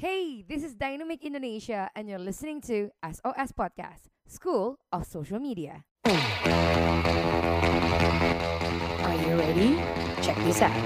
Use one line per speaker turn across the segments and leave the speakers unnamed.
Hey, this is Dynamic Indonesia, and you're listening to SOS Podcast, School of Social Media. Are you ready? Check this out.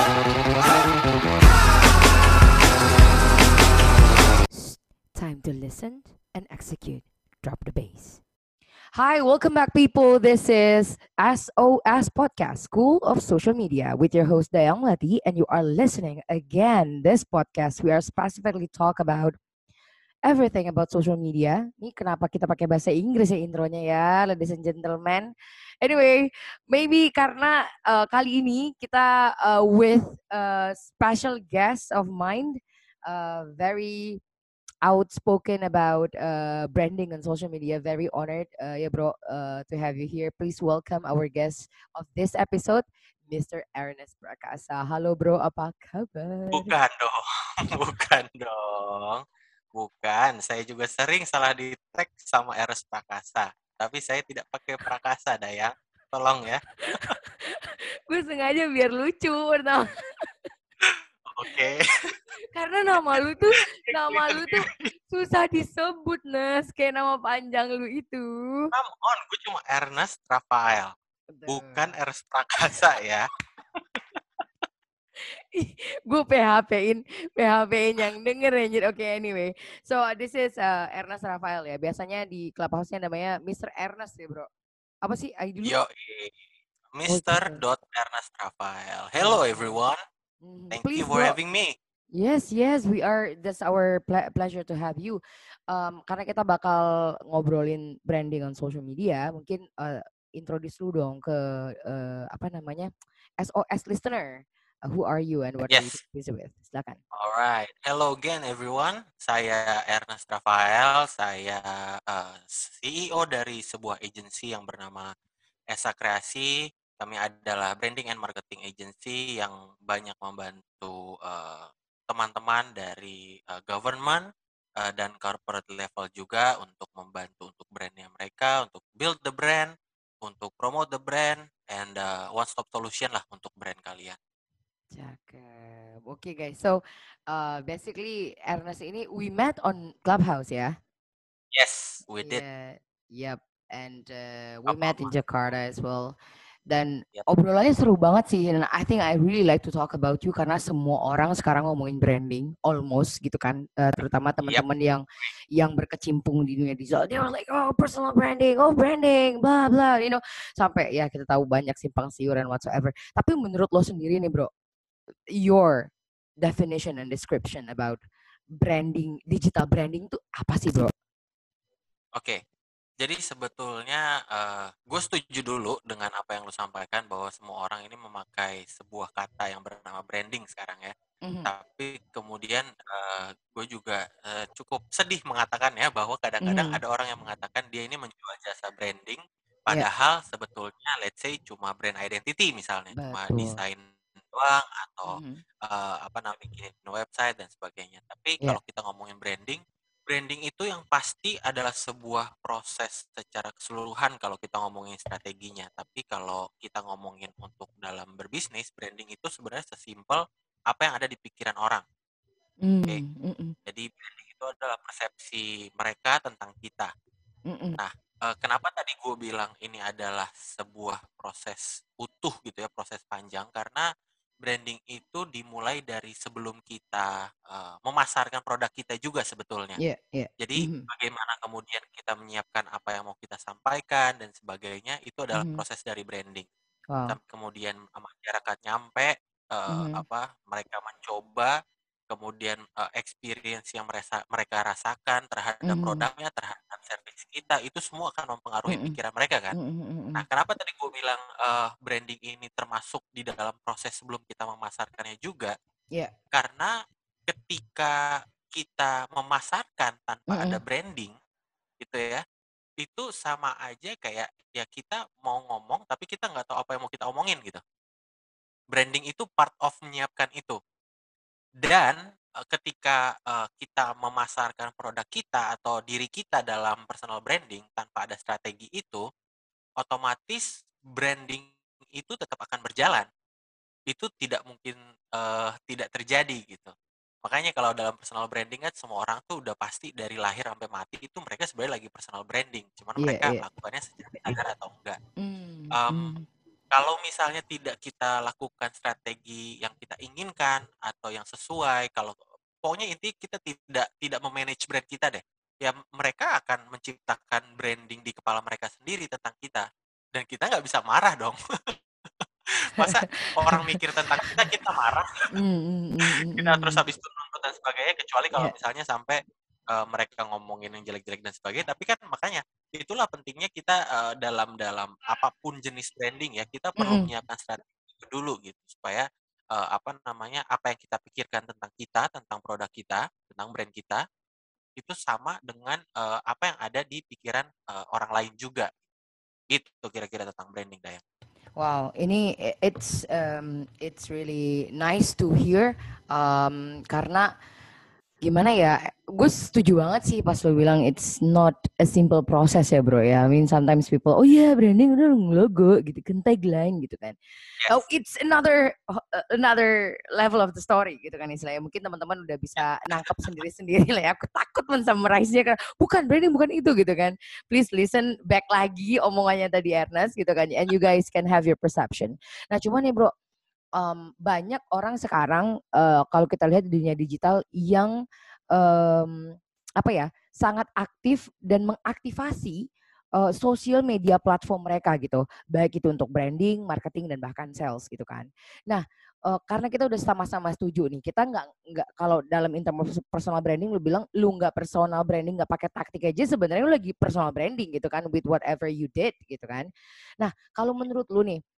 Time to listen and execute. Drop the bass. Hi, welcome back, people. This is SOS Podcast, School of Social Media, with your host Dayang Lati, and you are listening again. This podcast, we are specifically talk about everything about social media. Ini kenapa kita pakai bahasa Inggris ya intronya ya, ladies and gentlemen. Anyway, maybe karena kali ini kita with a special guest of mine, very outspoken about branding on social media. Very honored, ya bro, to have you here. Please welcome our guest of this episode, Mr. Ernest Prakasa. Halo bro, apa kabar?
Bukan dong, bukan dong. Bukan, saya juga sering salah di-tag sama Eros Prakasa. Tapi saya tidak pakai Prakasa, Dayang. Tolong ya.
Gue sengaja biar lucu, pertama.
Oke.
Karena nama lu tuh susah disebut, Nes. Kayak nama panjang lu itu.
Come on, gue cuma Ernest Rafael. Bukan Eros Prakasa ya.
Gue PHP-in yang denger anjir. Oke, anyway. So, this is Ernest Rafael ya. Biasanya di Clubhouse-nya namanya Mr. Ernest ya, bro. Apa sih ID lu?
Yo, Mr. Ernest Rafael. Hello everyone. Thank
Please,
you for
bro.
having me.
Yes, we are. That's our pleasure to have you. Karena kita bakal ngobrolin branding on social media, mungkin introduce lu dong ke apa namanya SOS listener. Who are you and what are you busy with? Silakan.
Alright, hello again everyone. Saya Ernest Rafael. Saya CEO dari sebuah agensi yang bernama Esa Kreasi. Kami adalah branding and marketing agency yang banyak membantu teman-teman dari government dan corporate level juga untuk membantu untuk brandnya mereka, untuk build the brand, untuk promote the brand, and one-stop solution lah untuk brand kalian.
Cakep. Okay guys, so basically Ernest ini we met on Clubhouse ya?
Yes, we did.
Yep, and we met in Jakarta as well. Dan
Yep.
obrolannya seru banget sih, and I think I really like to talk about you karena semua orang sekarang ngomongin branding, almost gitu kan, terutama teman-teman yang berkecimpung di dunia digital. They were like, oh personal branding, oh branding, blah blah, you know, sampai ya kita tahu banyak simpang siur and whatsoever. Tapi menurut lo sendiri nih bro, your definition and description about branding, digital branding itu apa sih bro?
Oke, jadi sebetulnya gue setuju dulu dengan apa yang lu sampaikan bahwa semua orang ini memakai sebuah kata yang bernama branding sekarang ya. Tapi kemudian gue juga cukup sedih mengatakan ya bahwa kadang-kadang ada orang yang mengatakan dia ini menjual jasa branding, padahal sebetulnya let's say cuma brand identity misalnya, cuma desain doang atau apa namanya bikin website dan sebagainya. Tapi kalau kita ngomongin branding itu yang pasti adalah sebuah proses secara keseluruhan kalau kita ngomongin strateginya. Tapi kalau kita ngomongin untuk dalam berbisnis, branding itu sebenarnya sesimpel apa yang ada di pikiran orang. Oke. Jadi branding itu adalah persepsi mereka tentang kita. Nah, kenapa tadi gue bilang ini adalah sebuah proses utuh gitu ya, proses panjang, karena branding itu dimulai dari sebelum kita memasarkan produk kita juga sebetulnya. Jadi bagaimana kemudian kita menyiapkan apa yang mau kita sampaikan dan sebagainya, itu adalah proses dari branding. Sampai kemudian masyarakat nyampe, mereka mencoba, kemudian experience yang mereka rasakan terhadap produknya, terhadap service kita, itu semua akan mempengaruhi pikiran mereka kan. Nah, kenapa tadi gue bilang branding ini termasuk di dalam proses sebelum kita memasarkannya juga? Karena ketika kita memasarkan tanpa ada branding, gitu ya, itu sama aja kayak ya kita mau ngomong tapi kita nggak tahu apa yang mau kita omongin gitu. Branding itu part of menyiapkan itu. Dan ketika kita memasarkan produk kita atau diri kita dalam personal branding tanpa ada strategi itu, otomatis branding itu tetap akan berjalan. Itu tidak mungkin tidak terjadi gitu. Makanya kalau dalam personal branding kan semua orang tuh udah pasti dari lahir sampai mati itu mereka sebenarnya lagi personal branding. Cuman
Iya,
mereka
iya.
melakukannya secara sadar atau enggak.
Mm,
Um,
mm.
kalau misalnya tidak kita lakukan strategi yang kita inginkan atau yang sesuai, kalau pokoknya inti kita tidak memanage brand kita deh. Ya mereka akan menciptakan branding di kepala mereka sendiri tentang kita. Dan kita nggak bisa marah dong. Masa orang mikir tentang kita marah,
Mm, mm, mm,
kita terus
mm.
habis itu nuntut dan sebagainya, kecuali kalau
Iya.
misalnya sampai mereka ngomongin yang jelek-jelek dan sebagainya. Tapi kan makanya itulah pentingnya kita dalam apapun jenis branding ya, kita perlu
Mm-mm.
menyiapkan strategi itu dulu gitu supaya apa namanya, apa yang kita pikirkan tentang kita, tentang produk kita, tentang brand kita itu sama dengan apa yang ada di pikiran orang lain juga. Itu kira-kira tentang branding, Dayang.
Wow, ini it's really nice to hear karena gimana ya, gue setuju banget sih pas lo bilang it's not a simple process ya bro ya. I mean sometimes people, oh yeah branding udah logo gitu kan, tagline gitu kan. Oh
Yes.
it's another level of the story gitu kan istilahnya. Mungkin teman-teman udah bisa nangkep sendiri-sendiri lah ya. Aku takut men-summarize-nya kan, bukan branding bukan itu gitu kan. Please listen back lagi omongannya tadi Ernest gitu kan. And you guys can have your perception. Nah cuman ya bro, banyak orang sekarang kalau kita lihat di dunia digital yang apa ya, sangat aktif dan mengaktifasi sosial media platform mereka gitu, baik itu untuk branding, marketing dan bahkan sales gitu kan. Nah, karena kita udah sama-sama setuju nih, kita nggak kalau dalam personal branding lu bilang lu nggak personal branding nggak pakai taktik aja, sebenarnya lu lagi personal branding gitu kan, with whatever you did gitu kan. Nah, kalau menurut lu nih,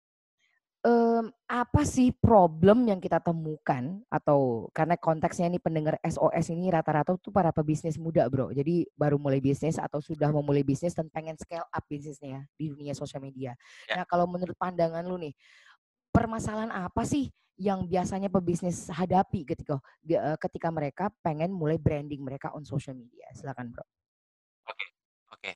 apa sih problem yang kita temukan atau karena konteksnya ini pendengar SOS ini rata-rata tuh para pebisnis muda bro, jadi baru mulai bisnis atau sudah memulai bisnis dan pengen scale up bisnisnya di dunia sosial media.
Ya.
Nah kalau menurut pandangan lu nih, permasalahan apa sih yang biasanya pebisnis hadapi ketika mereka pengen mulai branding mereka on social media? Silakan bro.
Oke, oke.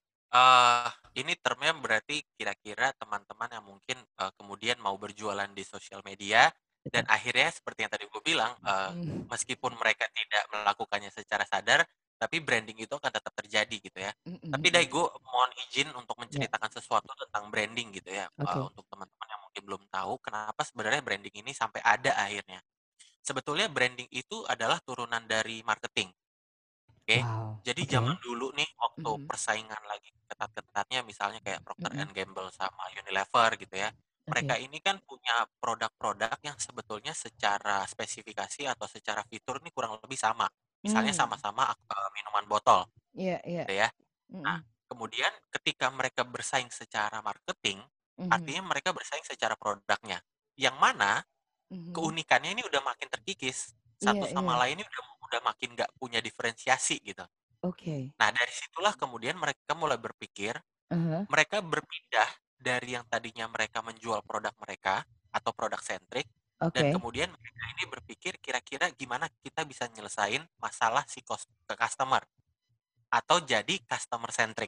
Ini termnya berarti kira-kira teman-teman yang mungkin kemudian mau berjualan di sosial media dan
Betul.
akhirnya seperti yang tadi gue bilang,
Mm,
meskipun mereka tidak melakukannya secara sadar, tapi branding itu akan tetap terjadi gitu ya.
mm,
Tapi
mm,
Dai,
mm.
gue mohon izin untuk
Ya,
menceritakan sesuatu tentang branding gitu ya,
oke.
untuk teman-teman yang mungkin belum tahu kenapa sebenarnya branding ini sampai ada akhirnya. Sebetulnya branding itu adalah turunan dari marketing. Oke,
Wow,
jadi
oke.
zaman dulu nih waktu
Mhm,
persaingan lagi ketat-ketatnya misalnya kayak Procter
mhm.
and Gamble sama Unilever gitu ya. Mereka
Oke.
ini kan punya produk-produk yang sebetulnya secara spesifikasi atau secara fitur ini kurang lebih sama. Misalnya
Hmm,
sama-sama minuman botol
iya, iya.
gitu ya. Nah,
Mhm,
kemudian ketika mereka bersaing secara marketing,
mhm,
artinya mereka bersaing secara produknya. Yang mana
mhm.
keunikannya ini udah makin terkikis. Satu
Iya,
sama
iya.
lain ini udah makin nggak punya diferensiasi gitu.
Oke.
Nah, dari situlah kemudian mereka mulai berpikir,
Uh-huh.
mereka berpindah dari yang tadinya mereka menjual produk mereka atau produk sentrik, dan
Oke.
kemudian mereka ini berpikir kira-kira gimana kita bisa nyelesain masalah si ke customer atau jadi customer centric.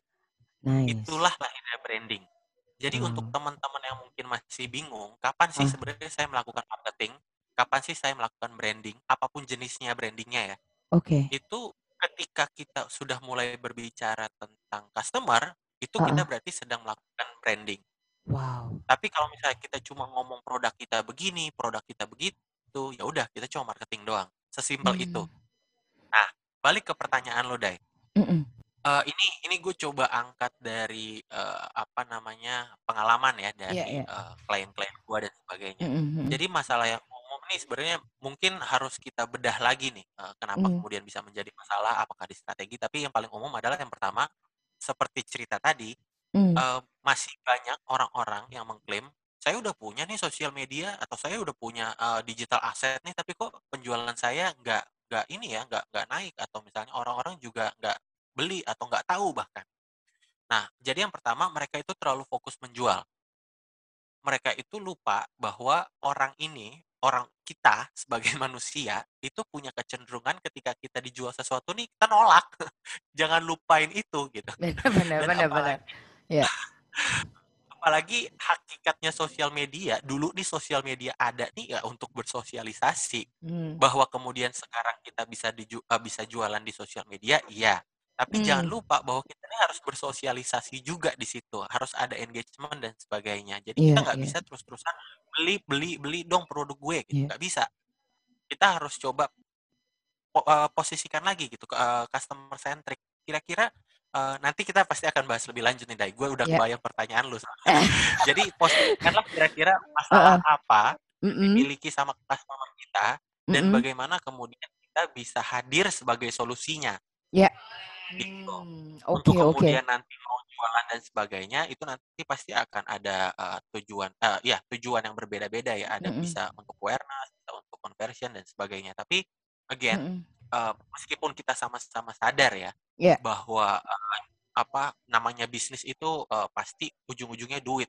Nice.
Itulah lahirnya branding. Jadi untuk
Wow.
teman-teman yang mungkin masih bingung, kapan sih
Ah,
sebenarnya saya melakukan marketing, kapan sih saya melakukan branding, apapun jenisnya brandingnya ya,
oke.
itu ketika kita sudah mulai berbicara tentang customer, itu kita
Ah,
berarti sedang melakukan branding.
wow.
Tapi kalau misalnya kita cuma ngomong produk kita begini, produk kita begitu, ya udah kita cuma marketing doang. Sesimpel itu.
Hmm.
Nah, balik ke pertanyaan lo, Dai.
Mm-mm.
Ini gue coba angkat dari apa namanya pengalaman ya
Iya,
dari
iya.
klien-klien gue dan sebagainya.
Mm-mm, mm-mm.
Jadi masalah yang umum nih sebenarnya mungkin harus kita bedah lagi nih kenapa
Mm,
kemudian bisa menjadi masalah, apakah di strategi. Tapi yang paling umum adalah yang pertama seperti cerita tadi
mm.
masih banyak orang-orang yang mengklaim saya udah punya nih sosial media atau saya udah punya digital asset nih tapi kok penjualan saya nggak ini ya nggak naik atau misalnya orang-orang juga nggak beli atau nggak tahu bahkan. Nah, jadi yang pertama mereka itu terlalu fokus menjual. Mereka itu lupa bahwa orang kita sebagai manusia itu punya kecenderungan ketika kita dijual sesuatu nih kita nolak. Jangan lupain itu gitu.
Benar, benar,
Dan
benar, benar.
apalagi
Ya.
apalagi hakikatnya sosial media, dulu nih sosial media ada nih ya untuk bersosialisasi. Bahwa kemudian sekarang kita bisa jualan di sosial media, iya. Tapi jangan lupa bahwa kita ini harus bersosialisasi juga di situ. Harus ada engagement dan sebagainya. Jadi kita nggak bisa terus-terusan beli dong produk gue gitu. Nggak bisa. Kita harus coba posisikan lagi gitu ke customer centric. Kira-kira nanti kita pasti akan bahas lebih lanjut nih, Dai. Gue udah kebayang pertanyaan lu. Jadi posisikanlah kira-kira masalah apa yang dimiliki sama customer kita dan bagaimana kemudian kita bisa hadir sebagai solusinya. Gitu. Untuk kemudian nanti mau jualan dan sebagainya itu nanti pasti akan ada tujuan yang berbeda-beda ya. Ada bisa untuk awareness, bisa untuk conversion dan sebagainya. Tapi again, meskipun kita sama-sama sadar ya bahwa apa namanya bisnis itu pasti ujung-ujungnya duit,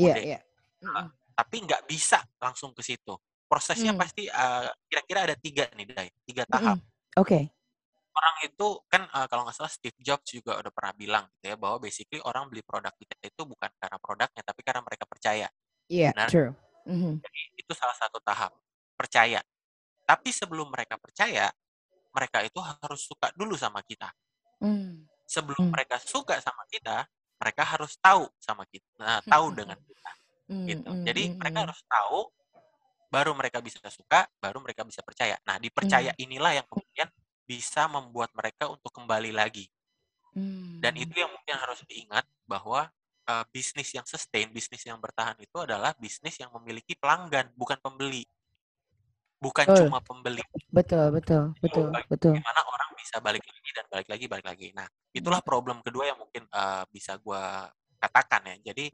tapi nggak bisa langsung ke situ. Prosesnya pasti kira-kira ada 3 nih, Dai, 3 tahap. Orang itu kan kalau nggak salah Steve Jobs juga udah pernah bilang gitu ya, bahwa basically orang beli produk kita itu bukan karena produknya tapi karena mereka percaya. Benar?
True.
Jadi itu salah satu tahap, percaya. Tapi sebelum mereka percaya, mereka itu harus suka dulu sama kita. Sebelum mereka suka sama kita, mereka harus tahu sama kita, tahu dengan kita. Gitu. Jadi mereka harus tahu, baru mereka bisa suka, baru mereka bisa percaya. Nah, dipercaya inilah yang kemudian bisa membuat mereka untuk kembali lagi. Dan itu yang mungkin harus diingat bahwa bisnis yang sustain, bisnis yang bertahan itu adalah bisnis yang memiliki pelanggan, bukan pembeli. Bukan cuma pembeli.
Betul.
Bagaimana orang bisa balik lagi. Nah, itulah problem kedua yang mungkin bisa gue katakan ya. Jadi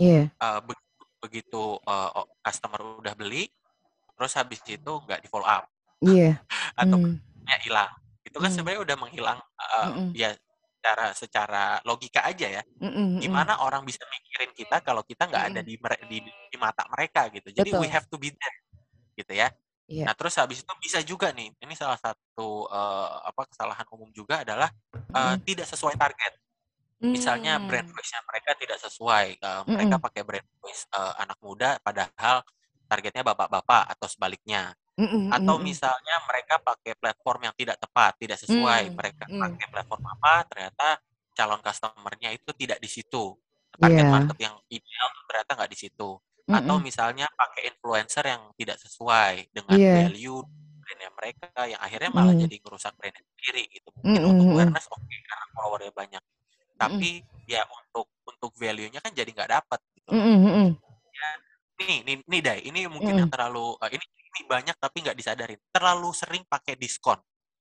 begitu customer udah beli, terus habis itu nggak di follow up, atau hilang. Itu kan sebenarnya udah menghilang ya secara logika aja ya. Gimana orang bisa mikirin kita kalau kita nggak ada di mata mereka gitu. Jadi we have to be there gitu ya. Nah, terus habis itu bisa juga nih, ini salah satu kesalahan umum juga adalah tidak sesuai target. Misalnya brand voice-nya mereka tidak sesuai, mereka pakai brand voice anak muda padahal targetnya bapak-bapak atau sebaliknya. Atau misalnya mereka pakai platform yang tidak tepat, tidak sesuai. Mereka pakai platform apa, ternyata calon customer-nya itu tidak di situ. Target market yang ideal ternyata nggak di situ. Atau misalnya pakai influencer yang tidak sesuai dengan value brandnya mereka, yang akhirnya malah jadi ngerusak brandnya sendiri gitu. Mungkin untuk awareness oke, karena followernya banyak. Tapi ya untuk value-nya kan jadi nggak dapat gitu. Ya, nih Dai, ini mungkin yang terlalu ini banyak tapi nggak disadarin. Terlalu sering pakai diskon.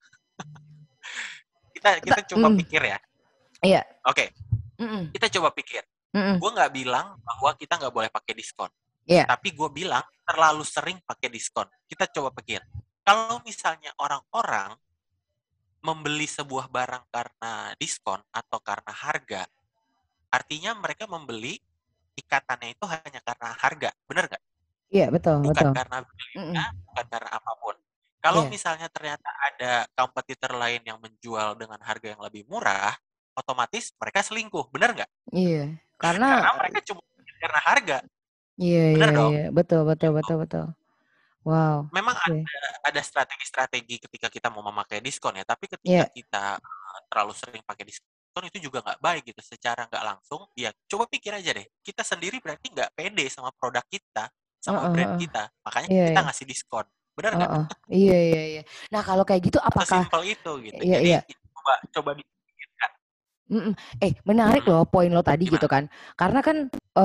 kita coba pikir ya.
Iya.
Oke. Kita coba pikir. Gue nggak bilang bahwa kita nggak boleh pakai diskon. Tapi gue bilang terlalu sering pakai diskon. Kita coba pikir. Kalau misalnya orang-orang membeli sebuah barang karena diskon atau karena harga, artinya mereka membeli ikatannya itu hanya karena harga. Bener nggak?
Iya, betul.
Bukan karena belinya, bukan karena apapun. Kalau misalnya ternyata ada kompetitor lain yang menjual dengan harga yang lebih murah, otomatis mereka selingkuh, benar nggak?
Iya,
karena mereka cuma karena harga.
Iya,
benar dong?
Betul. Wow.
Memang ada strategi-strategi ketika kita mau memakai diskon ya, tapi ketika kita terlalu sering pakai diskon itu juga nggak baik gitu. Secara nggak langsung, ya coba pikir aja deh, kita sendiri berarti nggak pede sama produk kita, sama brand kita, makanya kita ngasih diskon, benar nggak?
Iya. Nah, kalau kayak gitu apakah
sesimpel itu gitu. Jadi coba dipikirkan.
Menarik loh poin lo tadi. Gimana? Gitu kan, karena kan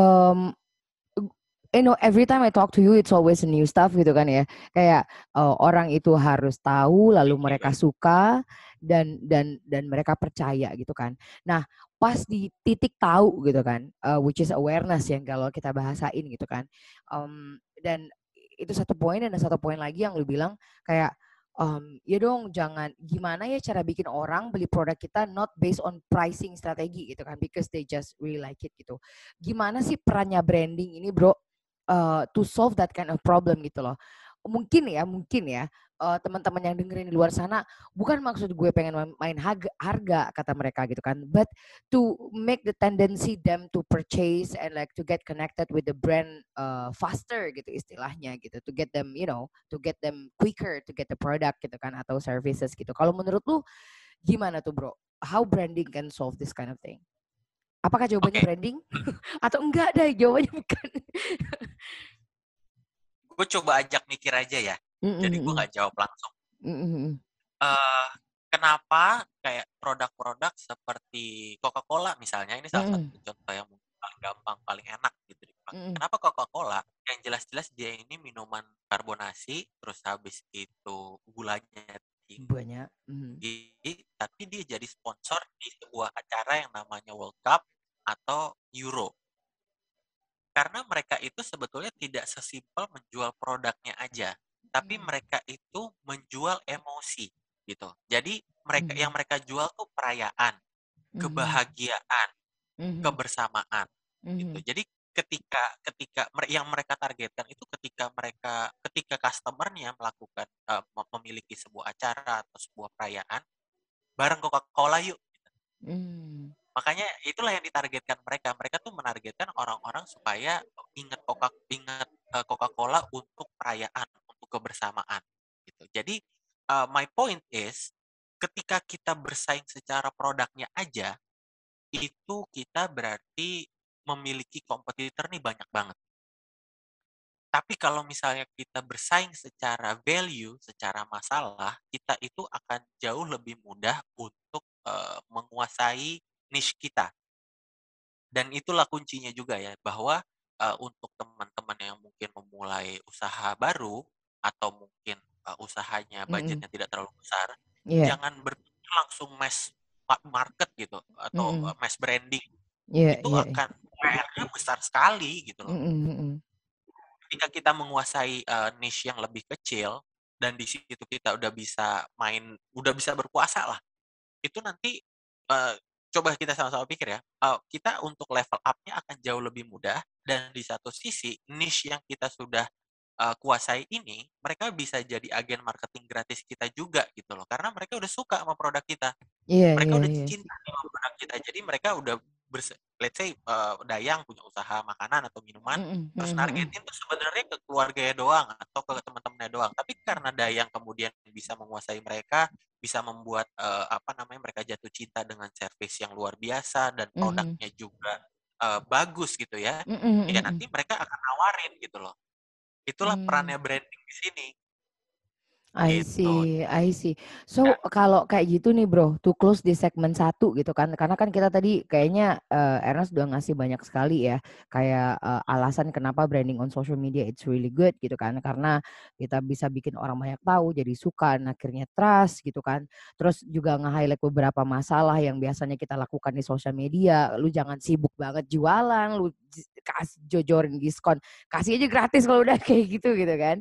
every time I talk to you it's always a new stuff gitu kan ya. Kayak orang itu harus tahu, lalu mereka suka dan mereka percaya gitu kan. Nah, pas di titik tahu gitu kan, which is awareness yang kalau kita bahasain gitu kan. Dan itu satu poin, dan satu poin lagi yang lu bilang kayak ya dong, jangan gimana ya cara bikin orang beli produk kita not based on pricing strategi gitu kan, because they just really like it gitu. Gimana sih perannya branding ini, bro, to solve that kind of problem gitu loh. Mungkin ya teman-teman yang dengerin di luar sana, bukan maksud gue pengen main harga kata mereka gitu kan, but to make the tendency them to purchase and like to get connected with the brand faster gitu istilahnya gitu, to get them, to get them quicker to get the product gitu kan, atau services gitu. Kalau menurut lu gimana tuh bro? How branding can solve this kind of thing? Apakah jawabannya
Oke.
branding atau enggak deh jawabannya bukan?
Gue coba ajak mikir aja ya. Jadi gue nggak jawab langsung. Uh, kenapa kayak produk-produk seperti Coca-Cola misalnya, ini salah satu contoh yang mungkin paling gampang, paling enak gitu dipakai. Kenapa Coca-Cola yang jelas-jelas dia ini minuman karbonasi, terus habis itu gulanya tinggi, tapi dia jadi sponsor di sebuah acara yang namanya World Cup atau Euro. Karena mereka itu sebetulnya tidak sesimpel menjual produknya aja, tapi mereka itu menjual emosi gitu. Jadi yang mereka jual tuh perayaan, kebahagiaan, kebersamaan gitu. Jadi ketika yang mereka targetkan itu ketika customer-nya melakukan memiliki sebuah acara atau sebuah perayaan bareng Coca-Cola yuk. Makanya itulah yang ditargetkan mereka. Mereka tuh menargetkan orang-orang supaya ingat Coca-Cola untuk perayaan, untuk kebersamaan gitu. Jadi my point is ketika kita bersaing secara produknya aja, itu kita berarti memiliki kompetitor nih banyak banget. Tapi kalau misalnya kita bersaing secara value, secara masalah, kita itu akan jauh lebih mudah untuk menguasai niche kita. Dan itulah kuncinya juga ya, bahwa untuk teman-teman yang mungkin memulai usaha baru atau mungkin usahanya budgetnya tidak terlalu besar, jangan berpikir langsung mass market gitu atau mass branding. Itu akan PR-nya besar sekali gitu loh. Ketika kita menguasai niche yang lebih kecil dan di situ kita udah bisa berkuasa lah. Itu nanti coba kita sama-sama pikir ya, kita untuk level up-nya akan jauh lebih mudah dan di satu sisi niche yang kita sudah kuasai ini, mereka bisa jadi agen marketing gratis kita juga gitu loh, karena mereka udah suka sama produk kita. Mereka udah cinta sama produk kita, jadi mereka udah let's say Dayang punya usaha makanan atau minuman, terus nargetin tuh sebenarnya ke keluarganya doang atau ke teman-temannya doang. Tapi karena Dayang kemudian bisa menguasai mereka, bisa membuat mereka jatuh cinta dengan service yang luar biasa dan produknya juga bagus gitu ya. Ya nanti mereka akan nawarin gitu loh. Itulah perannya branding di sini.
I
Gitu.
see. So kalau kayak gitu nih bro, to close di segmen 1 gitu kan, karena kan kita tadi kayaknya Ernest udah ngasih banyak sekali ya, kayak alasan kenapa branding on social media it's really good gitu kan, karena kita bisa bikin orang banyak tahu, jadi suka, dan akhirnya trust gitu kan. Terus juga nge-highlight beberapa masalah yang biasanya kita lakukan di social media, lu jangan sibuk banget jualan, lu kasih jojorin diskon, kasih aja gratis kalau udah kayak gitu kan.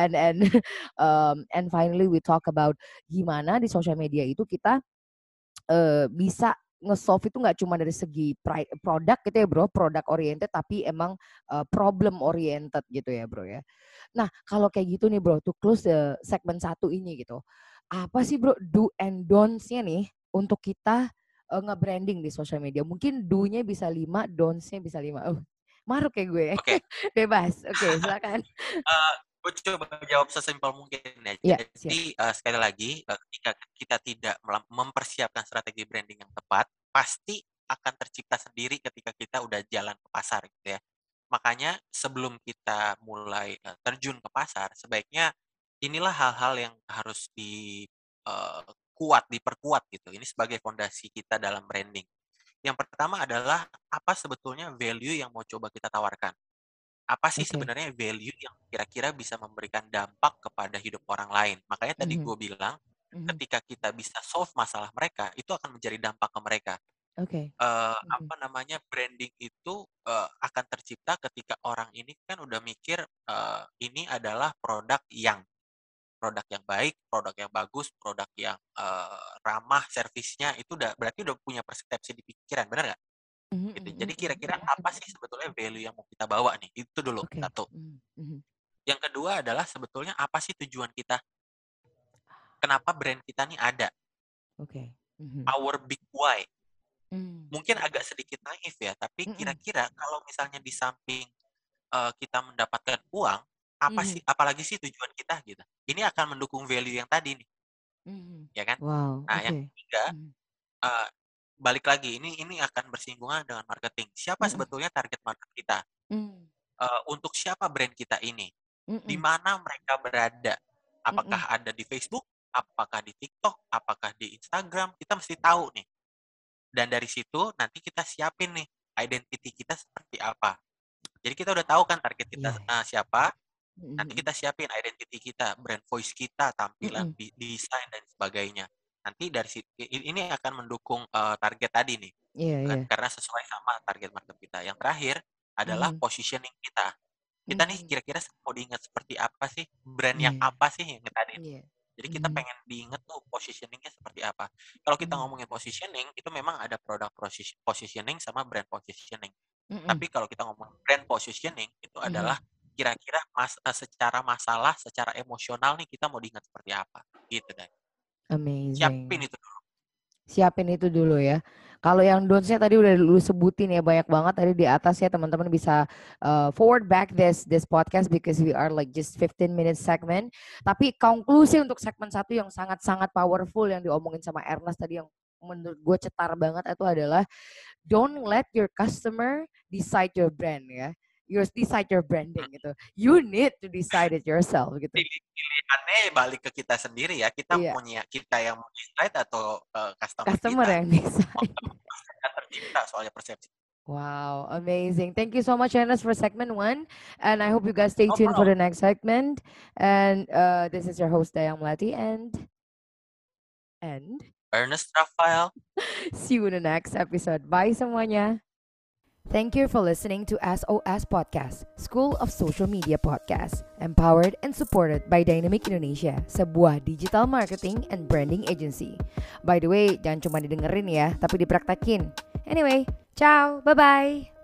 And finally we talk about gimana di social media itu kita bisa nge-solve itu nggak cuma dari segi produk gitu ya bro, produk oriented, tapi emang problem oriented gitu ya bro ya. Nah kalau kayak gitu nih bro, to close segmen 1 ini gitu, apa sih bro do and don'ts-nya nih untuk kita nge-branding di social media? Mungkin do-nya bisa 5, don'ts-nya bisa 5. Maruk ya gue.
Oke.
Bebas. Oke, silakan.
Gue coba jawab sesimpel mungkin ya. Jadi sekali lagi, ketika kita tidak mempersiapkan strategi branding yang tepat, pasti akan tercipta sendiri ketika kita udah jalan ke pasar gitu ya. Makanya sebelum kita mulai terjun ke pasar, sebaiknya inilah hal-hal yang harus diperkuat gitu. Ini sebagai fondasi kita dalam branding. Yang pertama adalah apa sebetulnya value yang mau coba kita tawarkan. Apa sih sebenarnya value yang kira-kira bisa memberikan dampak kepada hidup orang lain. Makanya tadi gue bilang, ketika kita bisa solve masalah mereka, itu akan menjadi dampak ke mereka. Branding itu akan tercipta ketika orang ini kan udah mikir ini adalah produk yang baik, produk yang bagus, produk yang ramah servisnya, itu berarti udah punya persepsi di pikiran, benar nggak? Gitu. Jadi kira-kira apa sih sebetulnya value yang mau kita bawa nih? Itu dulu, satu. Yang kedua adalah sebetulnya apa sih tujuan kita? kenapa brand kita nih ada.
Oke.
Our big why. Mungkin agak sedikit naif ya, tapi kira-kira kalau misalnya di samping kita mendapatkan uang, apalagi sih tujuan kita gitu. Ini akan mendukung value yang tadi nih. Ya kan?
Wow.
Nah, yang ketiga, balik lagi, ini akan bersinggungan dengan marketing. Siapa sebetulnya target market kita? Untuk siapa brand kita ini? Di mana mereka berada? Apakah ada di Facebook? Apakah di TikTok? Apakah di Instagram? Kita mesti tahu nih. Dan dari situ nanti kita siapin nih identity kita seperti apa. Jadi kita udah tahu kan target kita siapa. Nanti kita siapin identity kita, brand voice kita, tampilan, desain dan sebagainya. Nanti dari situ ini akan mendukung target tadi nih. Kan? Karena sesuai sama target market kita. Yang terakhir adalah positioning kita. Kita nih kira-kira mau diingat seperti apa sih? Brand yang apa sih yang kita ini? Jadi kita pengen diingat tuh positioningnya seperti apa. Kalau kita ngomongin positioning, itu memang ada produk positioning sama brand positioning. Tapi kalau kita ngomong brand positioning, itu adalah kira-kira secara masalah, secara emosional nih kita mau diingat seperti apa. Gitu deh.
Amazing.
Siapin
itu dulu ya. Kalau yang don'ts-nya tadi udah lu sebutin ya, banyak banget tadi di atas ya, teman-teman bisa forward back this podcast because we are like just 15 minutes segment. Tapi konklusi untuk segmen 1 yang sangat-sangat powerful yang diomongin sama Ernest tadi, yang menurut gue cetar banget, itu adalah don't let your customer decide your brand ya. You decide your branding gitu. You need to decide it yourself gitu.
Pilihannya balik ke kita sendiri ya. Kita yang mau decide atau customer kita.
Yang decide.
Tercipta soalnya persepsi.
Wow, amazing. Thank you so much, Ernest, for segment 1. And I hope you guys stay tuned for the next segment. And this is your host, Dayang Melati, and
Ernest Raphael.
See you in the next episode. Bye semuanya. Thank you for listening to SOS Podcast, School of Social Media Podcast, empowered and supported by Dynamic Indonesia, sebuah digital marketing and branding agency. By the way, jangan cuma didengerin ya, tapi dipraktekin. Anyway, ciao, bye-bye.